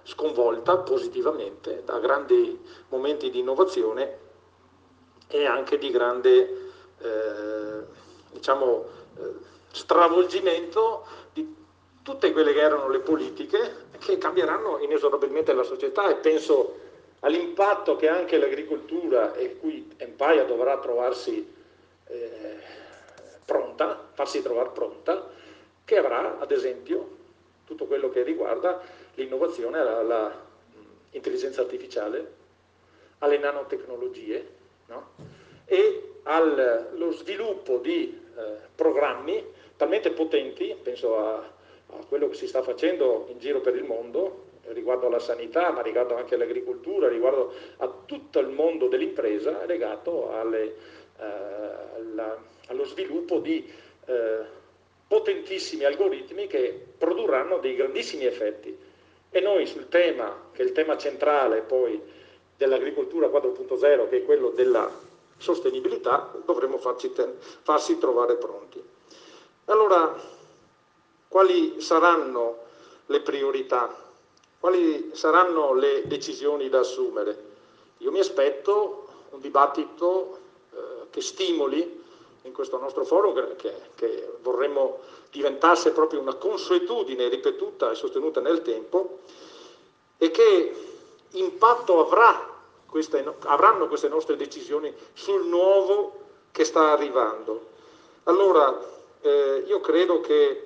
sconvolta positivamente da grandi momenti di innovazione e anche di grande diciamo, stravolgimento di tutte quelle che erano le politiche che cambieranno inesorabilmente la società, e penso all'impatto che anche l'agricoltura, e cui Empire dovrà trovarsi pronta, farsi trovare pronta, che avrà ad esempio tutto quello che riguarda l'innovazione all'intelligenza artificiale, alle nanotecnologie, no? E allo sviluppo di programmi talmente potenti, penso a quello che si sta facendo in giro per il mondo, riguardo alla sanità, ma riguardo anche all'agricoltura, riguardo a tutto il mondo dell'impresa legato allo sviluppo di potentissimi algoritmi che produrranno dei grandissimi effetti. E noi sul tema, che è il tema centrale poi dell'agricoltura 4.0, che è quello della sostenibilità, dovremo farsi trovare pronti. Allora, quali saranno le priorità? Quali saranno le decisioni da assumere? Io mi aspetto un dibattito che stimoli in questo nostro forum, che vorremmo diventasse proprio una consuetudine ripetuta e sostenuta nel tempo, e che impatto avranno queste nostre decisioni sul nuovo che sta arrivando. Allora, io credo che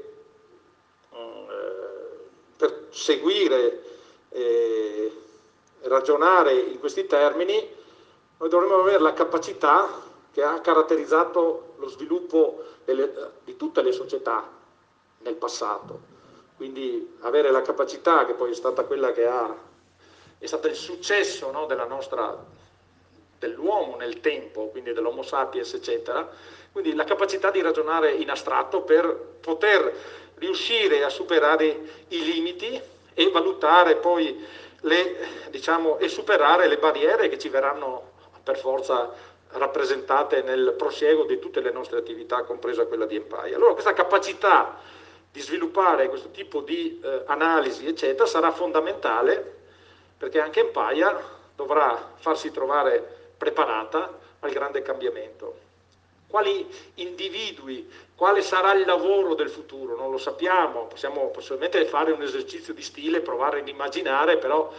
per seguire e ragionare in questi termini noi dovremmo avere la capacità che ha caratterizzato lo sviluppo di tutte le società nel passato, quindi avere la capacità, che poi è stata quella che è stato il successo, no, dell'uomo nel tempo, quindi dell'Homo sapiens, eccetera, quindi la capacità di ragionare in astratto per poter riuscire a superare i limiti e valutare poi e superare le barriere che ci verranno per forza rappresentate nel prosieguo di tutte le nostre attività, compresa quella di Empire. Allora questa capacità di sviluppare questo tipo di analisi, eccetera, sarà fondamentale, perché anche Empire dovrà farsi trovare preparata al grande cambiamento. Quali individui, quale sarà il lavoro del futuro? Non lo sappiamo, possiamo possibilmente fare un esercizio di stile, provare ad immaginare, però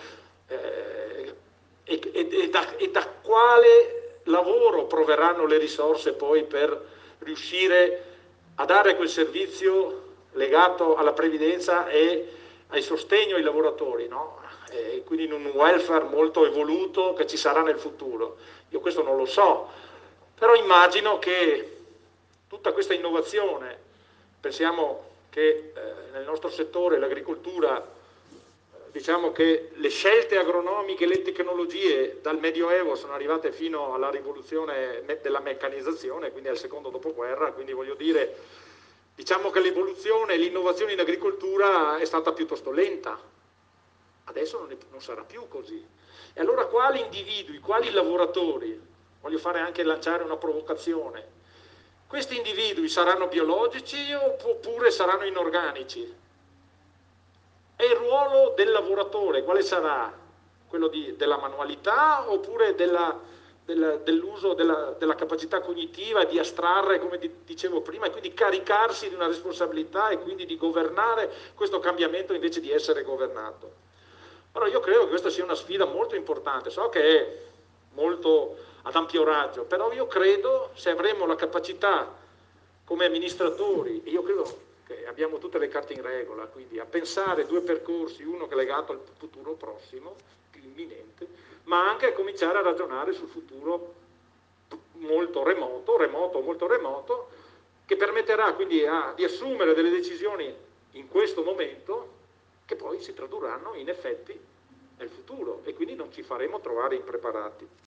da quale lavoro proverranno le risorse poi per riuscire a dare quel servizio legato alla previdenza e al sostegno ai lavoratori, no? E quindi in un welfare molto evoluto che ci sarà nel futuro. Io questo non lo so, però immagino che tutta questa innovazione, pensiamo che nel nostro settore, l'agricoltura, diciamo che le scelte agronomiche, le tecnologie dal Medioevo sono arrivate fino alla rivoluzione della meccanizzazione, quindi al secondo dopoguerra, quindi voglio dire, diciamo che l'evoluzione e l'innovazione in agricoltura è stata piuttosto lenta. Adesso non sarà più così. E allora quali individui, quali lavoratori, voglio lanciare una provocazione, questi individui saranno biologici oppure saranno inorganici? E il ruolo del lavoratore quale sarà? Quello della manualità oppure dell'uso della capacità cognitiva di astrarre, come dicevo prima, e quindi caricarsi di una responsabilità e quindi di governare questo cambiamento invece di essere governato? Allora io credo che questa sia una sfida molto importante, so che è molto ad ampio raggio, però io credo, se avremo la capacità come amministratori, e io credo che abbiamo tutte le carte in regola, quindi a pensare due percorsi, uno che è legato al futuro prossimo, imminente, ma anche a cominciare a ragionare sul futuro molto remoto, molto remoto, che permetterà quindi di assumere delle decisioni in questo momento che poi si tradurranno in effetti nel futuro, e quindi non ci faremo trovare impreparati.